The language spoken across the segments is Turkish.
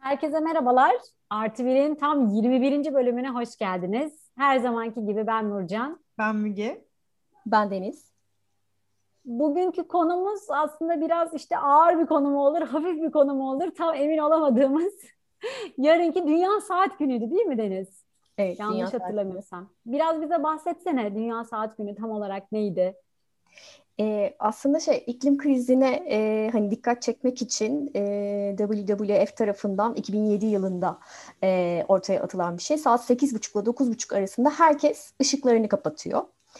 Herkese merhabalar. Artı bir'in tam 21. bölümüne hoş geldiniz. Her zamanki gibi ben Nurcan. Ben Müge. Ben Deniz. Bugünkü konumuz aslında biraz işte ağır bir konu mu olur, hafif bir konu mu olur tam emin olamadığımız yarınki Dünya Saat Günü'ydü değil mi Deniz? Evet, Dünya Yanlış Saat Günü. hatırlamıyorsam. Biraz bize bahsetsene Dünya Saat Günü tam olarak neydi? Aslında iklim krizine hani dikkat çekmek için WWF tarafından 2007 yılında ortaya atılan bir şey. Saat 8.30 ile 9.30 arasında herkes ışıklarını kapatıyor.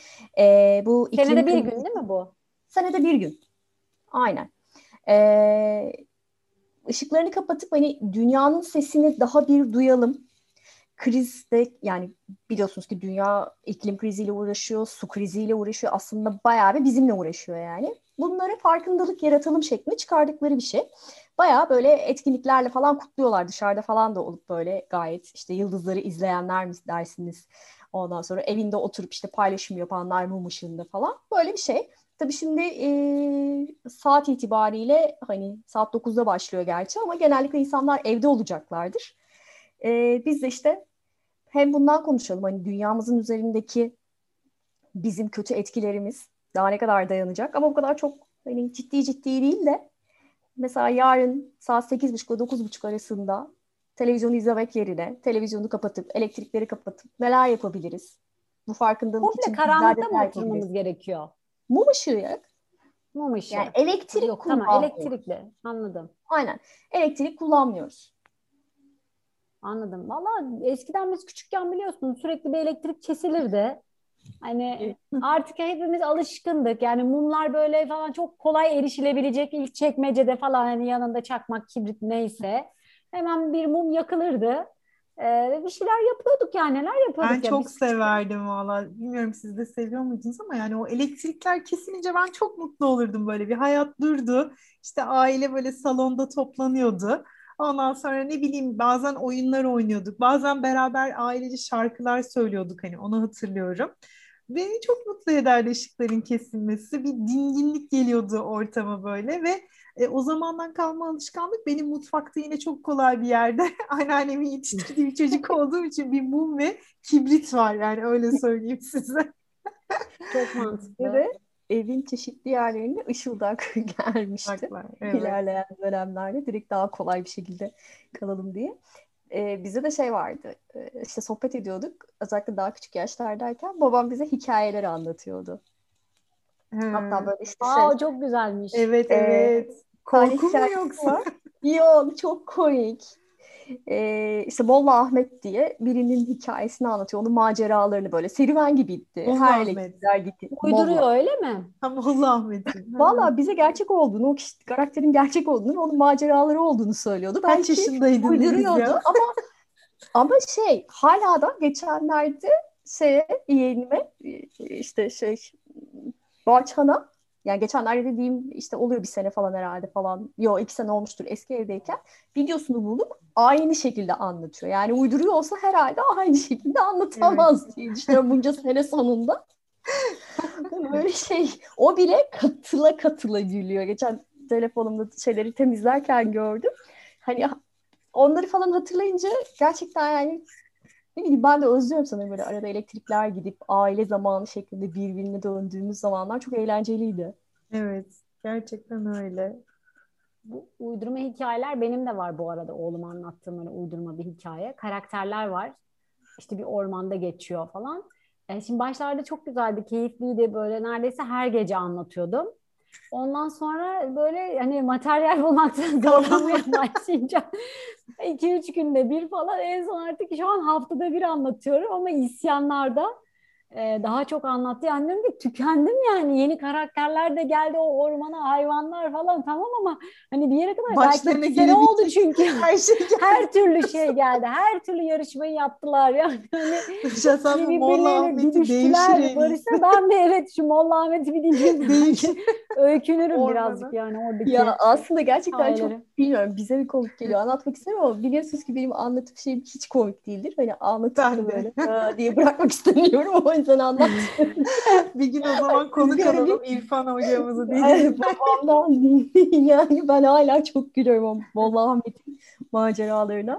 Bu iklim Senede bir krizi gün değil mi bu? senede bir gün. Aynen. E, ışıklarını kapatıp hani dünyanın sesini daha bir duyalım. Krizde yani biliyorsunuz ki dünya iklim kriziyle uğraşıyor, su kriziyle uğraşıyor. Aslında bayağı bir bizimle uğraşıyor yani. Bunlara farkındalık yaratalım şeklinde çıkardıkları bir şey. Bayağı böyle etkinliklerle falan kutluyorlar. Dışarıda falan da olup böyle gayet işte yıldızları izleyenler mi dersiniz? Ondan sonra evinde oturup işte paylaşım yapanlar mum ışığında falan. Böyle bir şey. Tabii şimdi saat itibariyle hani saat 9'da başlıyor gerçi ama genellikle insanlar evde olacaklardır. Biz de işte hem bundan konuşalım hani dünyamızın üzerindeki bizim kötü etkilerimiz daha ne kadar dayanacak ama bu kadar çok hani ciddi değil de mesela yarın saat 8.30 ile 9.30 arasında televizyonu izlemek yerine televizyonu kapatıp elektrikleri kapatıp neler yapabiliriz? Bu farkındalık Komple için bizler de karanlıkta mı neler yapabiliriz? oturmamız gerekiyor? Mum ışığı yak. Mum Yani ışığı. Ha, elektrik yok tamam kullanmıyoruz. elektrikli anladım. Aynen. Elektrik kullanmıyoruz. Anladım. Valla eskiden biz küçükken biliyorsun sürekli bir elektrik kesilirdi. Hani artık hepimiz alışkındık. Yani mumlar böyle falan çok kolay erişilebilecek ilk çekmecede falan hani yanında çakmak, kibrit neyse. Hemen bir mum yakılırdı. Bir şeyler yapıyorduk yani. Neler Ben yapıyorduk ya çok biz küçükken? severdim valla. Bilmiyorum siz de seviyor muydunuz ama yani o elektrikler kesilince ben çok mutlu olurdum böyle. Bir hayat durdu. İşte aile böyle salonda toplanıyordu. Ondan sonra ne bileyim bazen oyunlar oynuyorduk. Bazen beraber ailece şarkılar söylüyorduk hani onu hatırlıyorum. Beni çok mutlu ederdi ışıkların kesilmesi. Bir dinginlik geliyordu ortama böyle ve o zamandan kalma alışkanlık benim mutfakta yine çok kolay bir yerde anneannemin yetiştirdiği bir çocuk olduğum için bir mum ve kibrit var yani öyle söyleyeyim size. Çok Ve mantıklı. de evin çeşitli yerlerine ışıldak gelmişti. Haklar, evet. İlerleyen dönemlerde direkt daha kolay bir şekilde kalalım diye. Bizde de şey vardı. İşte sohbet ediyorduk. Özellikle daha küçük yaşlardayken babam bize hikayeleri anlatıyordu. Hatta Ha, böyle işte Aa o çok güzelmiş. evet e, evet. bir tane Korku mu hikayesi yoksa? var. Yok, çok komik. İşte Molla Ahmet diye birinin hikayesini anlatıyor. Onun maceralarını böyle serüven gibiydi. Molla Her Ahmet. elektrikler gitti. Uyduruyor Molla. öyle mi? Ha, Molla Ahmet'in. Ha. Valla bize gerçek olduğunu, o kişi, karakterin gerçek olduğunu ve onun maceraları olduğunu söylüyordu. Kaç Belki yaşındaydın Deniz uyduruyordu ya? ama hala da geçenlerde yeğenime işte Boğaçan'a yani geçenlerde dediğim işte oluyor bir sene falan herhalde falan. Yok 2 sene olmuştur eski evdeyken videosunu bulduk. Aynı şekilde anlatıyor. Yani uyduruyor olsa herhalde aynı şekilde Evet. anlatamaz diye düşünüyorum bunca sene sonunda. Böyle o bile katıla gülüyor. Geçen telefonumda şeyleri temizlerken gördüm. Hani onları falan hatırlayınca gerçekten yani ne bileyim ben de özlüyorum sanırım böyle arada elektrikler gidip aile zamanı şeklinde birbirine döndüğümüz zamanlar çok eğlenceliydi. Evet. Gerçekten öyle. Bu uydurma hikayeler benim de var bu arada oğluma anlattığım öyle uydurma bir hikaye. Karakterler var. İşte bir ormanda geçiyor falan. Şimdi başlarda çok güzeldi, keyifliydi. Böyle neredeyse her gece anlatıyordum. Ondan sonra böyle hani materyal bulmaktan Kaldın zorlanmaya mı? başlayınca 2-3 günde bir falan en son artık şu an haftada bir anlatıyorum ama isyanlarda daha çok anlattı. Yani diyorum ki tükendim yani yeni karakterler de geldi o ormana hayvanlar falan tamam ama hani bir yere kadar belki Başlarına 2 sene oldu gelebilecek çünkü her şey geldi. her türlü şey geldi her türlü yarışmayı yaptılar yani Şahsen hani bu Molla birbirleriyle Ahmet'i devşir didiştiler en barıştılar iyisi. ben de evet şu Molla Ahmet'i bir dinleyeyim Devşir belki öykünürüm birazcık ormana. yani Ya oradaki aslında gerçekten çok hikayeleri. bilmiyorum bize mi komik geliyor anlatmak istemiyorum ama biliyorsunuz ki benim anlatım şeyim hiç komik değildir. Hani anlatıp da Ben de. böyle diye bırakmak istemiyorum ama sen anlat. Bir gün o zaman konuk Böyle alalım İrfan hocamızı Ay, diye. babamdan dinleyin yani ben hala çok gülüyorum o Molla Ahmet'in maceralarına.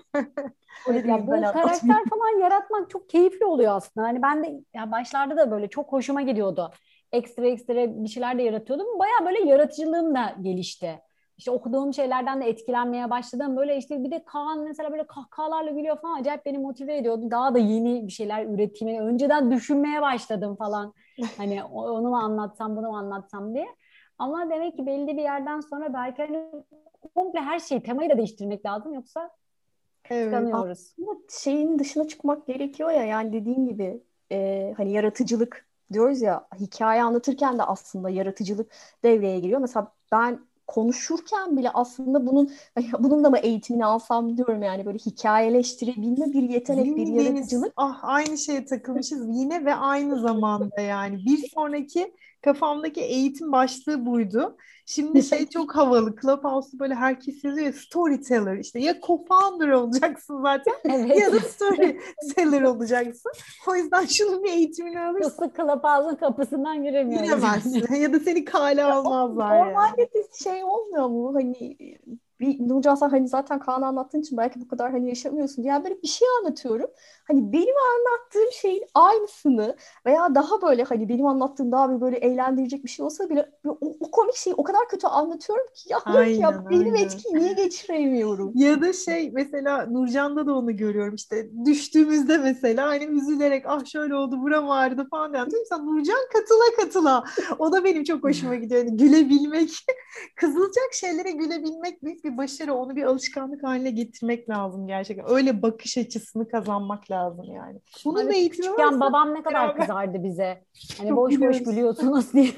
Evet Öyle ya, diyeyim ben bu anlatmayayım. karakter falan yaratmak çok keyifli oluyor aslında. Hani ben de ya başlarda da böyle çok hoşuma gidiyordu. Ekstra ekstra bir şeyler de yaratıyordum. Baya böyle yaratıcılığım da gelişti. İşte okuduğum şeylerden de etkilenmeye başladım. Böyle işte bir de Kaan mesela böyle kahkahalarla gülüyor falan, acayip beni motive ediyordu. Daha da yeni bir şeyler üreteyim. Yani önceden düşünmeye başladım falan. Hani onu mu anlatsam, bunu mu anlatsam diye. Ama demek ki belli bir yerden sonra belki hani komple her şeyi, temayı da değiştirmek lazım. Yoksa Evet. tıkanıyoruz. Ama şeyin dışına çıkmak gerekiyor ya yani dediğin gibi hani yaratıcılık diyoruz ya hikaye anlatırken de aslında yaratıcılık devreye giriyor. Mesela ben konuşurken bile aslında bunun da mı eğitimini alsam diyorum yani böyle hikayeleştirebilme bir yetenek, bir Değil mi Deniz? yaratıcılık. Ah, aynı şeye takılmışız yine ve aynı zamanda yani. Bir sonraki kafamdaki eğitim başlığı buydu. Şimdi şey çok havalı. Clubhouse'da böyle herkes yazıyor ya, storyteller, işte ya co-founder olacaksın zaten ya Evet. da storyteller olacaksın. O yüzden şunun bir eğitimini alırsın, Yoksa Clubhouse'un kapısından giremiyoruz yani. giremezsin ya da seni kale almazlar yani. Normalde de şey olmuyor mu hani bir Nurcan sen hani zaten Kaan'ı anlattığın için belki bu kadar hani yaşamıyorsun. Yani böyle bir şey anlatıyorum. Hani benim anlattığım şeyin aynısını veya daha böyle hani benim anlattığım daha bir böyle eğlendirecek bir şey olsa bile o komik şeyi o kadar kötü anlatıyorum ki ya diyorum ki ya Aynen, benim aynen. etkiyi niye geçiremiyorum? Ya da şey, mesela Nurcan'da da onu görüyorum, işte düştüğümüzde mesela hani üzülerek ah şöyle oldu buram ağrıdı falan diyorum. Sen Nurcan katıla katıla, o da benim çok hoşuma gidiyor. Yani gülebilmek, kızılacak şeylere gülebilmek büyük bir başarı, onu bir alışkanlık haline getirmek lazım gerçekten, öyle bakış açısını kazanmak lazım yani. Bunun da Evet, eğitimi küçükken varsa babam ne kadar beraber kızardı bize. Hani çok boş boş gülüyoruz. gülüyorsunuz diye.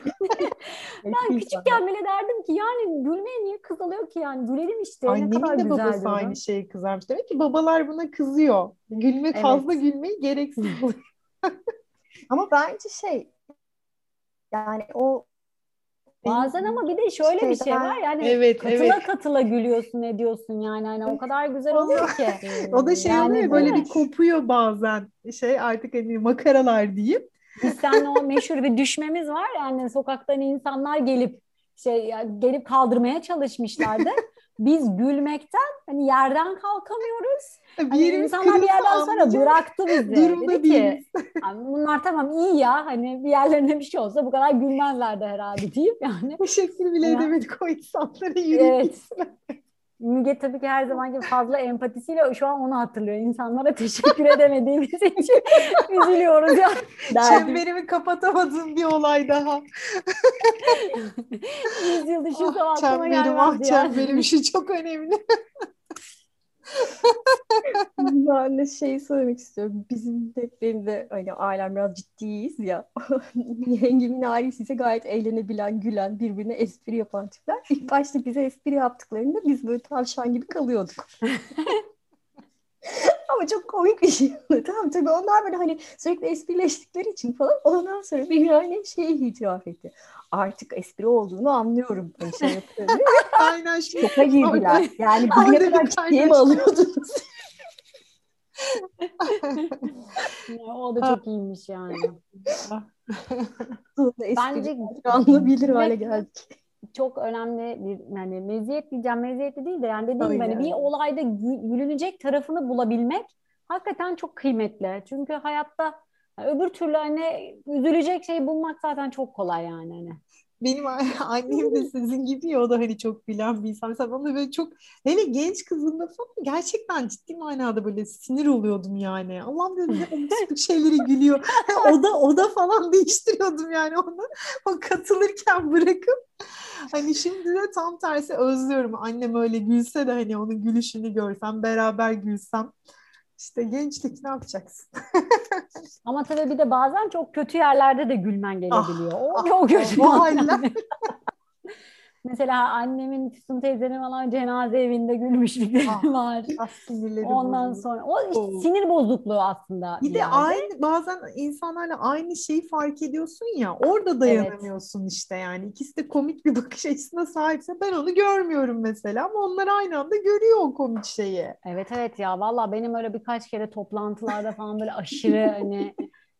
Ben Eski insanlar. küçükken bile derdim ki yani gülmeye niye kızılıyor ki, yani gülelim işte, ne kadar Annemin de güzel babası aynı diyordum. şeyi kızarmış. Demek ki babalar buna kızıyor. Gülmek, fazla Evet. gülmeyi gereksiz buluyor. Ama bence şey yani o Bazen ama bir de şöyle bir şey var şeyden yani, Evet, evet. katıla katıla gülüyorsun, ne diyorsun yani, hani o kadar güzel Oluyor. oluyor ki. O da şey oluyor ya, Yani değil böyle bir mi? kopuyor bazen. Şey, artık hani makaralar diyeyim. Biz seninle o meşhur bir düşmemiz var yani, sokaktan insanlar gelip gelip kaldırmaya çalışmışlardı. Biz gülmekten hani yerden kalkamıyoruz. Bir Hani yerimiz insanlar bir kırılsa yerden sonra anlayacak bıraktı bizi. Dedi durumda ki değiliz. "Abi bunlar tamam iyi ya, hani bir yerlerine bir şey olsa bu kadar gülmezlerdi herhalde" deyip yani. Teşekkür bile Hani, edemedik o insanlara, yürüyüp evet. gitsinler. Müge tabii ki her zaman gibi fazla empatisiyle şu an onu hatırlıyor. İnsanlara teşekkür edemediğimiz için üzülüyoruz ya. derdim. Çemberimi kapatamadığım bir olay daha. 100 yıl Ah düşünsem aklıma çemberim, ah gelmezdi çemberim, yani. şu çok önemli. Ben de şeyi söylemek istiyorum. Benim de hani ailem biraz ciddiyiz ya. Yengemin ailesi ise gayet eğlenebilen, gülen, birbirine espri yapan tipler. İlk başta bize espri yaptıklarında biz böyle tavşan gibi kalıyorduk. Ama çok komik bir şey. Tamam tabii onlar böyle hani sürekli esprileştikleri için falan ondan sonra bir annem şeyi itiraf etti. Artık espri olduğunu anlıyorum. Hani şey yapıyorum. Aynen, Şoka girdiler. orada, Yani bugüne orada bir kadar ciddiye mi kaynaşma. alıyordunuz? O da çok iyiymiş yani. Sonra Bence espriler anlayabilir hale gülmek geldik. çok önemli bir yani meziyet diyeceğim, meziyetli değil de yani dediğim gibi Öyle hani bir öyle. olayda gülünecek tarafını bulabilmek hakikaten çok kıymetli. Çünkü hayatta öbür türlü hani üzülecek şeyi bulmak zaten çok kolay yani hani. Benim annem de sizin gibi ya, o da hani çok bilen bir insan. Mesela bana böyle çok, hele genç kızımda falan gerçekten ciddi manada böyle sinir oluyordum yani. Allah'ım dedim, ne abuk sabuk şeyleri gülüyor. O da falan değiştiriyordum yani onu. O katılırken bırakıp, hani şimdi de tam tersi özlüyorum. Annem öyle gülse de hani onun gülüşünü görsem, beraber gülsem. İşte gençlik, ne yapacaksın? Ama tabii bir de bazen çok kötü yerlerde de gülmen Ah, gelebiliyor. O ah, çok kötü o haller. yani. Mesela annemin, Füsun teyzenin falan cenaze evinde Ah, gülmüşlükleri var. ah, sinirleri Ondan bozulur. sonra o işte Oo. sinir bozukluğu aslında Bir bir de yerde. aynı, bazen insanlarla aynı şeyi fark ediyorsun ya, orada Evet. dayanamıyorsun işte yani. İkisi de komik bir bakış açısına sahipse ben onu görmüyorum mesela, ama onlar aynı anda görüyor o komik şeyi. Evet evet ya, valla benim öyle birkaç kere toplantılarda falan böyle aşırı hani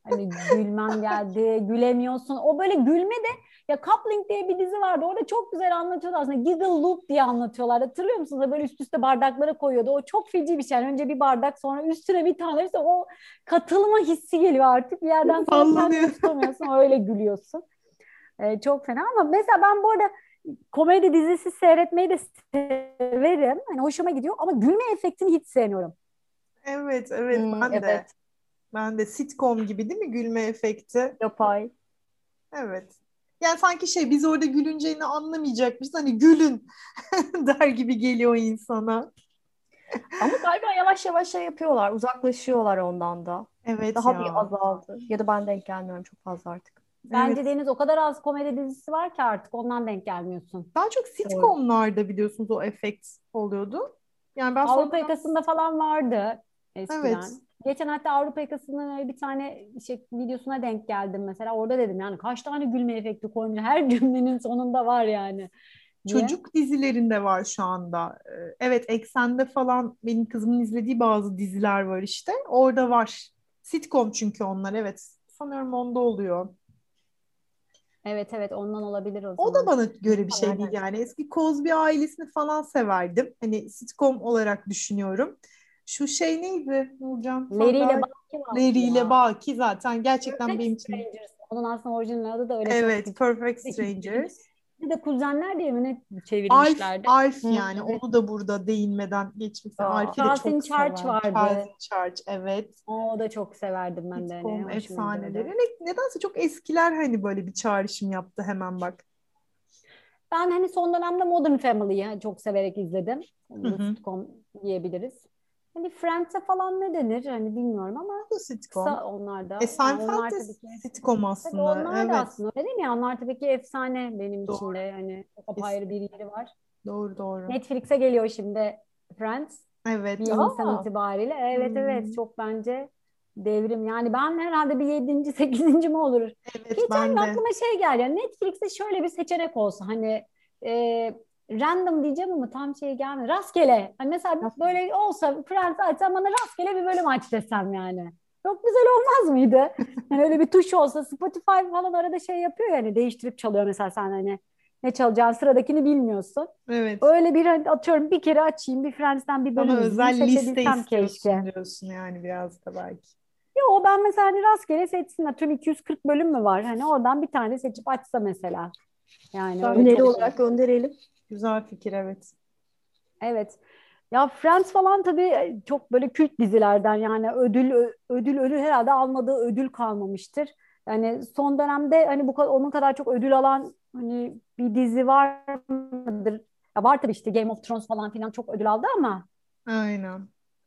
Hani gülmem geldi, gülemiyorsun. O böyle gülme de ya Coupling diye bir dizi vardı. Orada çok güzel anlatıyordu aslında. Giggle Loop diye anlatıyorlar. Hatırlıyor musunuz? Böyle üst üste bardaklara koyuyordu. O çok feci bir şey. Yani önce bir bardak sonra üstüne bir tane. İşte o katılma hissi geliyor artık. Bir yerden sonra kendini Anlanıyor. tutamıyorsun. Öyle gülüyorsun. Çok fena ama mesela ben bu arada komedi dizisi seyretmeyi de severim. Hani hoşuma gidiyor ama gülme efektini hiç sevmiyorum. Evet, evet, ben de. Evet. Ben de sitcom gibi değil mi gülme efekti? Yapay. Evet. Yani sanki şey biz orada gülünceğini anlamayacakmışız. Hani gülün der gibi geliyor insana. Ama galiba yavaş yavaş şey yapıyorlar. Uzaklaşıyorlar ondan da. Evet Daha bir ya. azaldı. Ya da ben denk gelmiyorum çok fazla artık. Bence Evet. Deniz o kadar az komedi dizisi var ki artık ondan denk gelmiyorsun. Daha çok Doğru. sitcomlarda biliyorsunuz o efekt oluyordu. Yani ben son Avrupa dönem Yakası'nda falan vardı evet. eskiden. Geçen hatta Avrupa Yakası'nın öyle bir tane şey, videosuna denk geldim mesela. Orada dedim yani kaç tane gülme efekti koymuş. Her cümlenin sonunda var yani diye. Çocuk dizilerinde var şu anda. Evet, Eksen'de falan benim kızımın izlediği bazı diziler var işte. Orada var. Sitcom çünkü onlar, evet. Sanıyorum onda oluyor. Evet evet ondan olabilir o O da zaman. bana göre bir şey değil Aynen. yani. Eski Cosby ailesini falan severdim. Hani sitcom olarak düşünüyorum. Şu şey neydi Nurcan? Larry ile Sandra Baki vardı Larry ile ya. Baki zaten gerçekten Perfect benim için. Strangers. Onun aslında orijinal adı da öyle çok Evet, Perfect hiçbir. Strangers. Bir de Kuzenler diye mi ne Alf, çevirmişlerdi? Alf Hı, yani evet. onu da burada değinmeden geçmişsin. Aa, Alf'i de Charles in çok Charge sever. vardı. Charles in Charge, evet. O da çok severdim ben de hani. Sitcom Hoşuma efsaneleri. gidiyordu. Nedense çok eskiler hani böyle bir çağrışım yaptı hemen bak. Ben hani son dönemde Modern Family'yi çok severek izledim. Hı Onu da hı. sitcom diyebiliriz. Hani Friends'e falan ne denir hani bilmiyorum ama Bu sitcom. kısa onlar E, da. Yani Seinfeld onlar de tabii ki. sitcom Tabii aslında. onlar da Evet. aslında öyle değil mi? Ya? Onlar tabii ki efsane benim için Doğru. de. Yani çok apayrı bir Kesin. yeri var. Doğru doğru. Netflix'e geliyor şimdi Friends. Evet. 1 Nisan Aa, itibariyle. Evet evet Hmm. çok bence devrim. Yani ben herhalde bir 7. 8. mi olur? Evet Geçen ben gün de. aklıma şey geldi. Yani Netflix'te şöyle bir seçenek olsa hani e, random diyeceğim ama tam şey gelmedi. Rastgele. Hani mesela nasıl? böyle olsa Friends açsam bana rastgele bir bölüm aç desem yani. Çok güzel olmaz mıydı? Yani öyle bir tuş olsa Spotify falan arada şey yapıyor yani değiştirip çalıyor mesela sen hani ne çalacağını sıradakini bilmiyorsun. Evet. Öyle bir hani atıyorum bir kere açayım bir Friends'ten bir Sana bölüm izleyeyim özel liste seçebilsem istiyorsun keşke. diyorsun yani biraz da belki. Yo ben mesela hani rastgele seçsin atıyorum 240 bölüm mü var? Hani oradan bir tane seçip açsa mesela. Yani öyle Öneri çok olarak gönderelim. Güzel fikir, evet. evet. Ya Friends falan tabii çok böyle kült dizilerden yani ödül herhalde almadığı ödül kalmamıştır. Yani son dönemde hani onun kadar çok ödül alan hani bir dizi var mıdır? Ya var tabii işte Game of Thrones falan filan çok ödül aldı ama Aynen.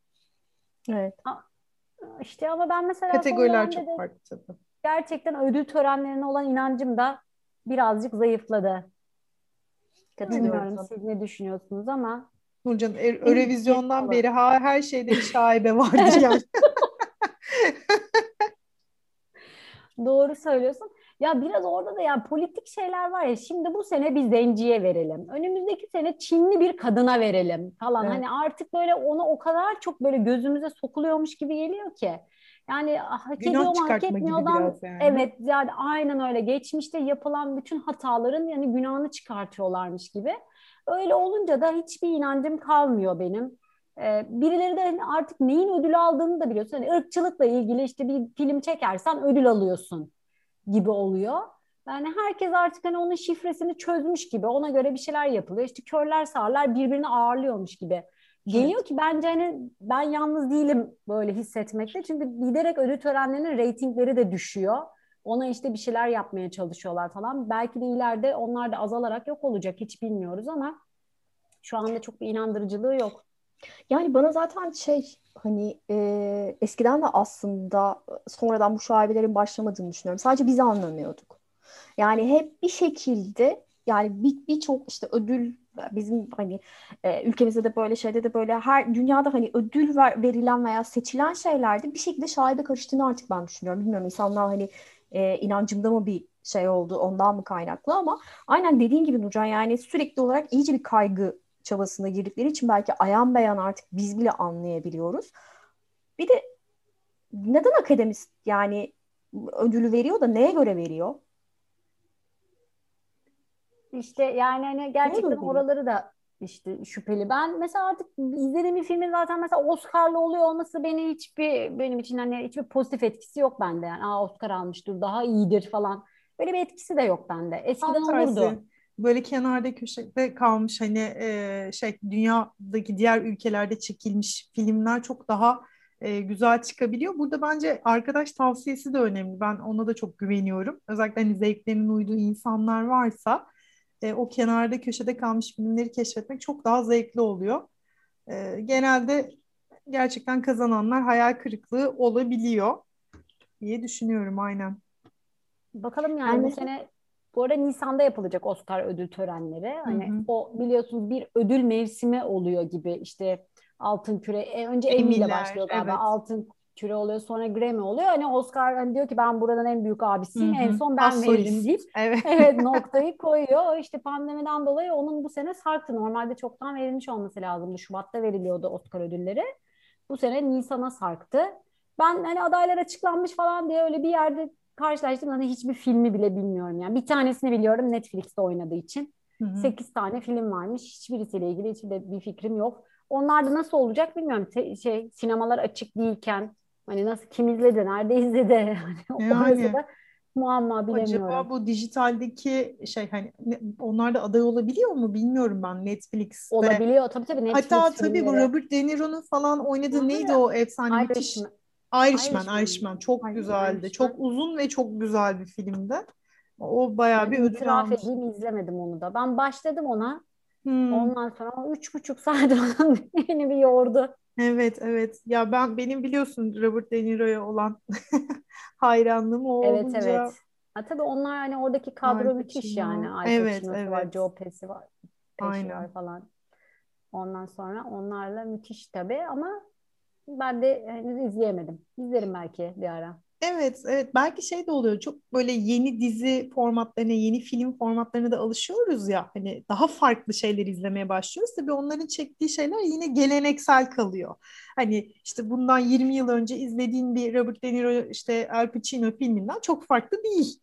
Evet. işte ama ben mesela son Kategoriler dönemde çok de farklı tabii. gerçekten ödül törenlerine olan inancım da birazcık zayıfladı. Katılıyorum Bilmiyorum sana. siz ne düşünüyorsunuz ama Nurcan, benim düşüncem Eurovizyon'dan olur. beri her şeyde bir şaibe vardır yani. Doğru söylüyorsun. Ya biraz orada da yani politik şeyler var ya şimdi bu sene bir zenciye verelim. Önümüzdeki sene Çinli bir kadına verelim falan. Evet. Hani artık böyle onu o kadar çok böyle gözümüze sokuluyormuş gibi geliyor ki. Yani hak Günah ediyor mu hak çıkartma gibi etmiyordan biraz yani. evet yani aynen öyle. Geçmişte yapılan bütün hataların yani günahını çıkartıyorlarmış gibi. Öyle olunca da hiçbir inancım kalmıyor benim. Birileri de hani artık neyin ödül aldığını da biliyorsun. Hani ırkçılıkla ilgili işte bir film çekersen ödül alıyorsun gibi oluyor. Yani herkes artık hani onun şifresini çözmüş gibi ona göre bir şeyler yapılıyor. İşte körler sağırlar birbirini ağırlıyormuş gibi. Evet. Geliyor ki bence hani ben yalnız değilim böyle hissetmekte. Çünkü giderek ödül törenlerinin reytingleri de düşüyor. Ona işte bir şeyler yapmaya çalışıyorlar falan. Belki de ileride onlar da azalarak yok olacak hiç bilmiyoruz ama şu anda çok bir inandırıcılığı yok. Yani bana zaten şey hani eskiden de aslında sonradan bu şaibelerin başlamadığını düşünüyorum. Sadece biz anlamıyorduk. Yani hep bir şekilde yani birçok işte ödül bizim hani ülkemizde de böyle şeyde de böyle her dünyada hani ödül verilen veya seçilen şeylerde bir şekilde şaibe karıştığını artık ben düşünüyorum. Bilmiyorum insanlar hani inancımda mı bir şey oldu ondan mı kaynaklı ama aynen dediğin gibi Nurcan yani sürekli olarak iyice bir kaygı çabasına girdikleri için belki ayan beyan artık biz bile anlayabiliyoruz. Bir de neden akademist yani ödülü veriyor da neye göre veriyor? İşte yani hani Neye gerçekten göre veriyor? oraları da işte şüpheli. Ben mesela artık izlediğim bir filmin zaten mesela Oscar'lı oluyor olması benim için hani hiçbir pozitif etkisi yok bende. Yani Oscar almıştır, daha iyidir falan. Böyle bir etkisi de yok bende. Eskiden Tam tersi, olurdu. böyle kenarda köşede kalmış hani dünyadaki diğer ülkelerde çekilmiş filmler çok daha güzel çıkabiliyor. Burada bence arkadaş tavsiyesi de önemli. Ben ona da çok güveniyorum. Özellikle hani zevklerinin uyduğu insanlar varsa o kenarda köşede kalmış filmleri keşfetmek çok daha zevkli oluyor. Genelde gerçekten kazananlar hayal kırıklığı olabiliyor diye düşünüyorum, aynen. Bakalım Yani yani bu mesela sene bu arada Nisan'da yapılacak Oscar ödül törenleri. Hı Hani hı. o biliyorsunuz bir ödül mevsimi oluyor gibi işte Altın Küre önce Emmy ile Emiler, başlıyor galiba. evet. Altın Küre oluyor sonra Grammy oluyor. Hani Oscar hani diyor ki ben buranın en büyük Hı abisiyim en hı. son ben Az veririm solist. deyip Evet. evet noktayı koyuyor. O işte pandemiden dolayı onun bu sene sarktı. Normalde çoktan verilmiş olması lazımdı. Şubat'ta veriliyordu Oscar ödülleri. Bu sene Nisan'a sarktı. Ben hani adaylar açıklanmış falan diye öyle bir yerde karşılaştım. Hani hiçbir filmi bile bilmiyorum yani. Bir tanesini biliyorum Netflix'te oynadığı için. Hı hı. 8 tane film varmış. Hiçbirisiyle ilgili hiçbir bir fikrim yok. Onlar da nasıl olacak bilmiyorum. Sinemalar açık değilken hani nasıl kim izledi, nerede izledi? Hani orası Yani da muamma bilemiyorum. acaba bu dijitaldeki hani onlar da aday olabiliyor mu bilmiyorum ben Netflix'te. Olabiliyor. Tabii tabii Hatta Netflix tabii bu filmleri. Robert De Niro'nun falan oynadığı neydi Var. o efsane müthiş Irishman. Irishman. Irishman çok güzeldi. Çok Irishman. uzun ve çok güzel bir filmdi. O bayağı Ben bir ödül itiraf almış. edeyim izlemedim onu da. Ben başladım ona. Hmm. Ondan sonra o 3,5 saat falan beni bir yordu. Evet, evet. Ya benim biliyorsun Robert De Niro'ya olan hayranlığım o Evet evet. olunca Ha, tabii onlar hani oradaki Al kadro müthiş yani. Pacino. Al Evet, Pacino'su var, evet. Joe Pesci var, Pesci var Aynen. falan. Ondan sonra onlarla müthiş tabii ama ben de henüz izleyemedim. İzlerim belki bir ara. Evet, evet. Belki şey de oluyor. Çok böyle yeni dizi formatlarına, yeni film formatlarına da alışıyoruz ya. Hani daha farklı şeyler izlemeye başlıyoruz. Tabii onların çektiği şeyler yine geleneksel kalıyor. Hani işte bundan 20 yıl önce izlediğin bir Robert De Niro, işte Al Pacino filminden çok farklı değil.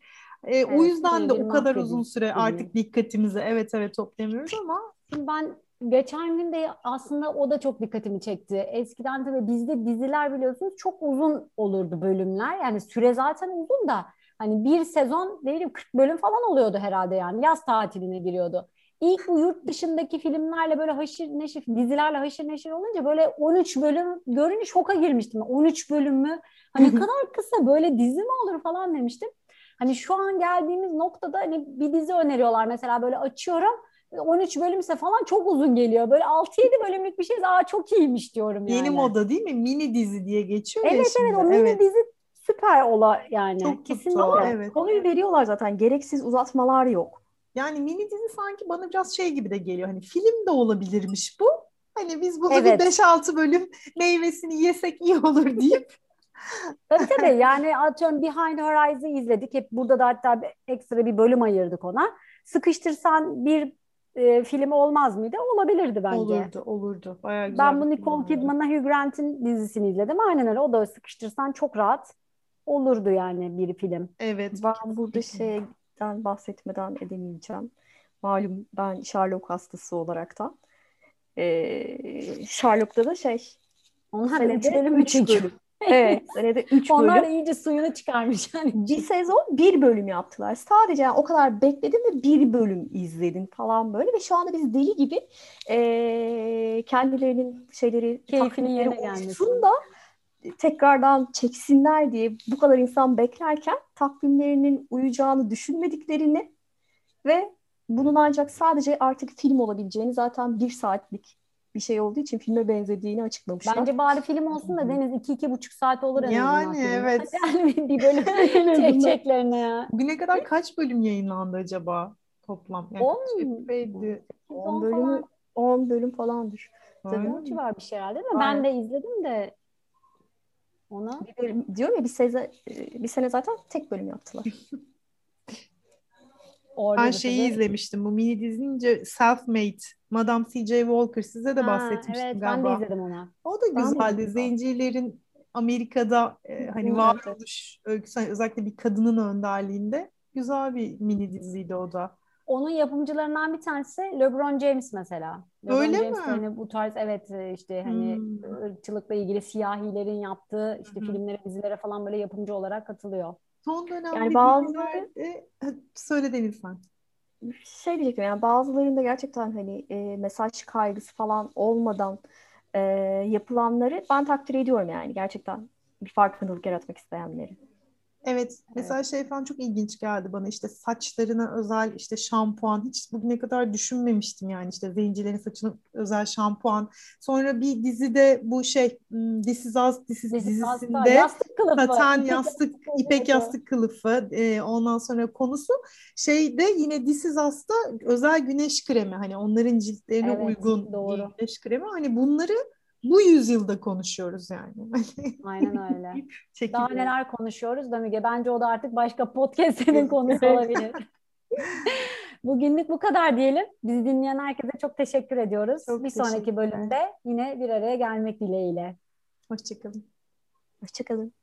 O Evet, yüzden yine de bir o kadar mafya uzun süre filmi. artık dikkatimizi evet evet toplayamıyoruz ama Şimdi ben geçen gün de aslında o da çok dikkatimi çekti. Eskiden tabii bizde diziler biliyorsunuz çok uzun olurdu bölümler. Yani süre zaten uzun da hani bir sezon ne bileyim 40 bölüm falan oluyordu herhalde yani yaz tatiline giriyordu. İlk bu yurt dışındaki filmlerle böyle haşır neşir, dizilerle haşır neşir olunca böyle 13 bölüm görünce şoka girmiştim. 13 bölüm mü? Hani ne kadar kısa böyle dizi mi olur falan demiştim. Hani şu an geldiğimiz noktada hani bir dizi öneriyorlar mesela böyle açıyorum. 13 bölümse falan çok uzun geliyor. Böyle 6-7 bölümlük bir şey. Aa çok iyiymiş diyorum yeni yani. moda değil mi? Mini dizi diye geçiyor ya Evet evet şimdi. o mini Evet. dizi süper ola yani. Çok tuttu o. Kesinlikle. Evet. konuyu veriyorlar zaten. Gereksiz uzatmalar yok. Yani mini dizi sanki bana biraz şey gibi de geliyor. Hani film de olabilirmiş bu. Hani biz bunu bir beş Evet. altı bölüm meyvesini yesek iyi olur deyip. Tabii tabii yani atıyorum Behind Horizon'ı izledik. Hep burada da hatta ekstra bir bölüm ayırdık ona. Sıkıştırsan bir film olmaz mıydı? Olabilirdi bence. Olurdu, olurdu. Bayağı güzel Ben bir bu film Nicole olurdu. Kidman'la Hugh Grant'in dizisini izledim. Aynen öyle. O da sıkıştırsan çok rahat olurdu yani bir film. Evet, Ben burada kesinlikle. şeyden bahsetmeden edemeyeceğim. Malum ben Sherlock hastası olaraktan. Sherlock'ta da Onlar da 3 senede bölüm mü 3 çekiyor? bölüm. Evet, senede 3 Onlar bölüm. da iyice suyunu çıkarmış yani. Bir sezon bir bölüm yaptılar. Sadece yani o kadar bekledim ve bir bölüm izledim falan böyle. Ve şu anda biz deli gibi kendilerinin Keyfinin takvimleri yerine uysun gelmesi. da tekrardan çeksinler diye bu kadar insan beklerken takvimlerinin uyacağını düşünmediklerini ve bunun ancak sadece artık film olabileceğini zaten 1 saatlik bir şey olduğu için filme benzediğini açıklamışlar. Bence bari film olsun da Deniz 2-2,5 saat olur en azından Yani film ya. evet. Yani bir bölüm En azından çekeceklerine ya. Bugüne kadar kaç bölüm yayınlandı acaba toplam? Yani kaç 10, epeydi. 10 8-10 bölümü falan 10 bölüm falandır. Öyle o mi? civar bir şey herhalde değil mi? Ben Aynen. de izledim de ona. Bir bölüm, diyorum ya bir sene zaten tek bölüm yaptılar. Ben Orada da şeyi tabii. izlemiştim. Bu mini dizince Self-Made. Madame C.J. Walker size de Ha, bahsetmiştim evet ben de galiba. izledim ona. O da Ben de güzeldi. izledim. Zencilerin Amerika'da hani Hı, evet, evet. varoluş öyküsü, hani özellikle bir kadının önderliğinde güzel bir mini diziydi o da. Onun yapımcılarından bir tanesi LeBron James mesela. LeBron Öyle James de mi? hani bu tarz, evet, işte hani Hmm. ırkçılıkla ilgili siyahilerin yaptığı Hı işte hı. filmlere, dizilere falan böyle yapımcı olarak katılıyor. Son Yani dönemde bazıları dizilerde söyle Deniz sen. şey diyecektim, yani bazılarında gerçekten hani mesaj kaygısı falan olmadan e, yapılanları ben takdir ediyorum, yani gerçekten bir farkındalık yaratmak isteyenleri. Evet, Evet. mesela şey falan çok ilginç geldi bana, işte saçlarına özel işte şampuan, hiç bugüne kadar düşünmemiştim yani, işte zencilerin saçına özel şampuan. Sonra bir dizide bu şey This Is Us Hasta, dizisinde yastık kılıfı, saten ipek yastık, yastık ipek oluyordu. yastık kılıfı, ondan sonra konusu şeyde yine This Is Us'ta özel güneş kremi, hani onların ciltlerine Evet, uygun bir doğru. güneş kremi, hani bunları bu yüzyılda konuşuyoruz yani. Aynen öyle. Daha Çekiliyor. neler konuşuyoruz da Müge. Bence o da artık başka podcast'inin konusu Evet. olabilir. Bugünlük bu kadar diyelim. Bizi dinleyen herkese çok teşekkür ediyoruz. Bir Çok sonraki teşekkürler. bölümde yine bir araya gelmek dileğiyle. Hoşçakalın. Hoşçakalın.